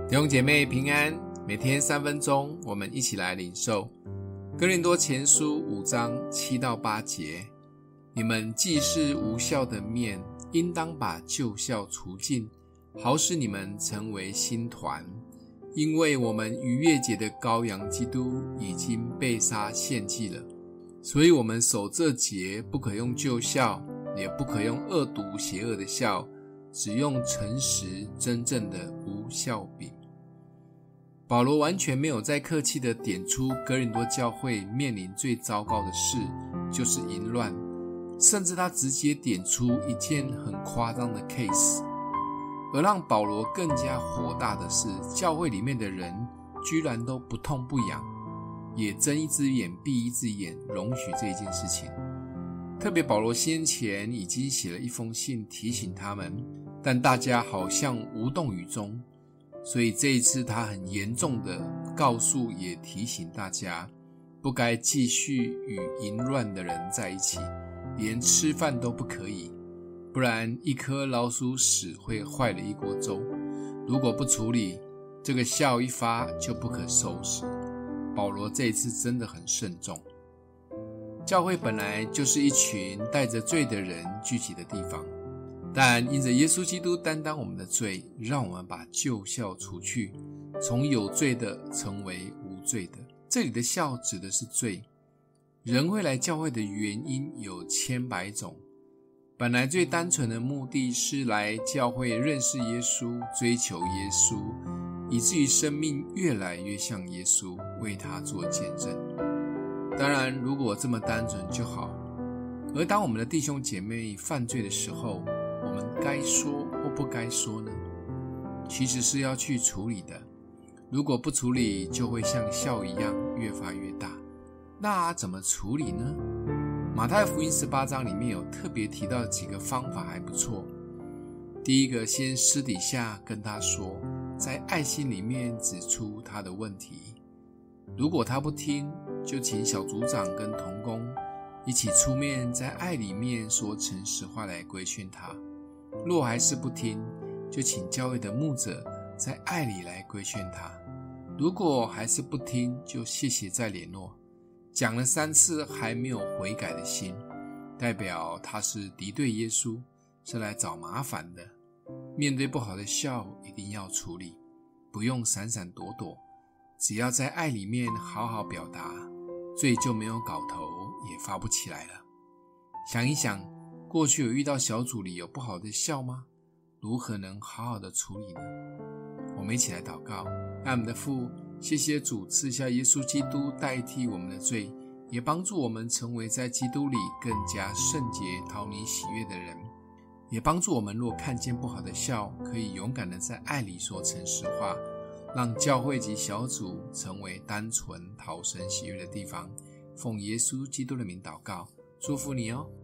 弟兄姐妹平安，每天3分钟，我们一起来领受哥林多前书5章7到8节。你们既是无酵的面，应当把旧酵除尽，好使你们成为新团。因为我们逾越节的羔羊基督已经被杀献祭了，所以我们守这节，不可用旧酵，也不可用恶毒邪恶的酵，只用诚实真正的无酵饼。保罗完全没有再客气地点出哥林多教会面临最糟糕的事，就是淫乱，甚至他直接点出一件很夸张的 case。 而让保罗更加火大的是，教会里面的人居然都不痛不痒，也睁一只眼闭一只眼，容许这件事情。特别保罗先前已经写了一封信提醒他们，但大家好像无动于衷，所以这一次他很严重的告诉也提醒大家，不该继续与淫乱的人在一起，连吃饭都不可以，不然一颗老鼠屎会坏了一锅粥。如果不处理，这个酵一发就不可收拾。保罗这一次真的很慎重。教会本来就是一群带着罪的人聚集的地方，但因着耶稣基督担当我们的罪，让我们把旧酵除去，从有罪的成为无罪的。这里的酵指的是罪。人会来教会的原因有千百种，本来最单纯的目的是来教会认识耶稣，追求耶稣，以至于生命越来越像耶稣，为他做见证。当然如果这么单纯就好，而当我们的弟兄姐妹犯罪的时候，我们该说或不该说呢？其实是要去处理的。如果不处理，就会像酵一样越发越大。那怎么处理呢？马太福音18章里面有特别提到几个方法还不错。第一个，先私底下跟他说，在爱心里面指出他的问题。如果他不听，就请小组长跟同工一起出面，在爱里面说诚实话来规劝他。若还是不听，就请教会的牧者在爱里来规劝他。如果还是不听，就谢谢再联络。讲了3次还没有悔改的心，代表他是敌对耶稣，是来找麻烦的。面对不好的酵一定要处理，不用闪闪躲躲，只要在爱里面好好表达，罪就没有搞头，也发不起来了。想一想，过去有遇到小组里有不好的酵吗？如何能好好的处理呢？我们一起来祷告。爱我们的父，谢谢主赐下耶稣基督代替我们的罪，也帮助我们成为在基督里更加圣洁讨你喜悦的人，也帮助我们若看见不好的酵，可以勇敢的在爱里说诚实话，让教会及小组成为单纯讨神喜悦的地方。奉耶稣基督的名祷告，祝福你哦。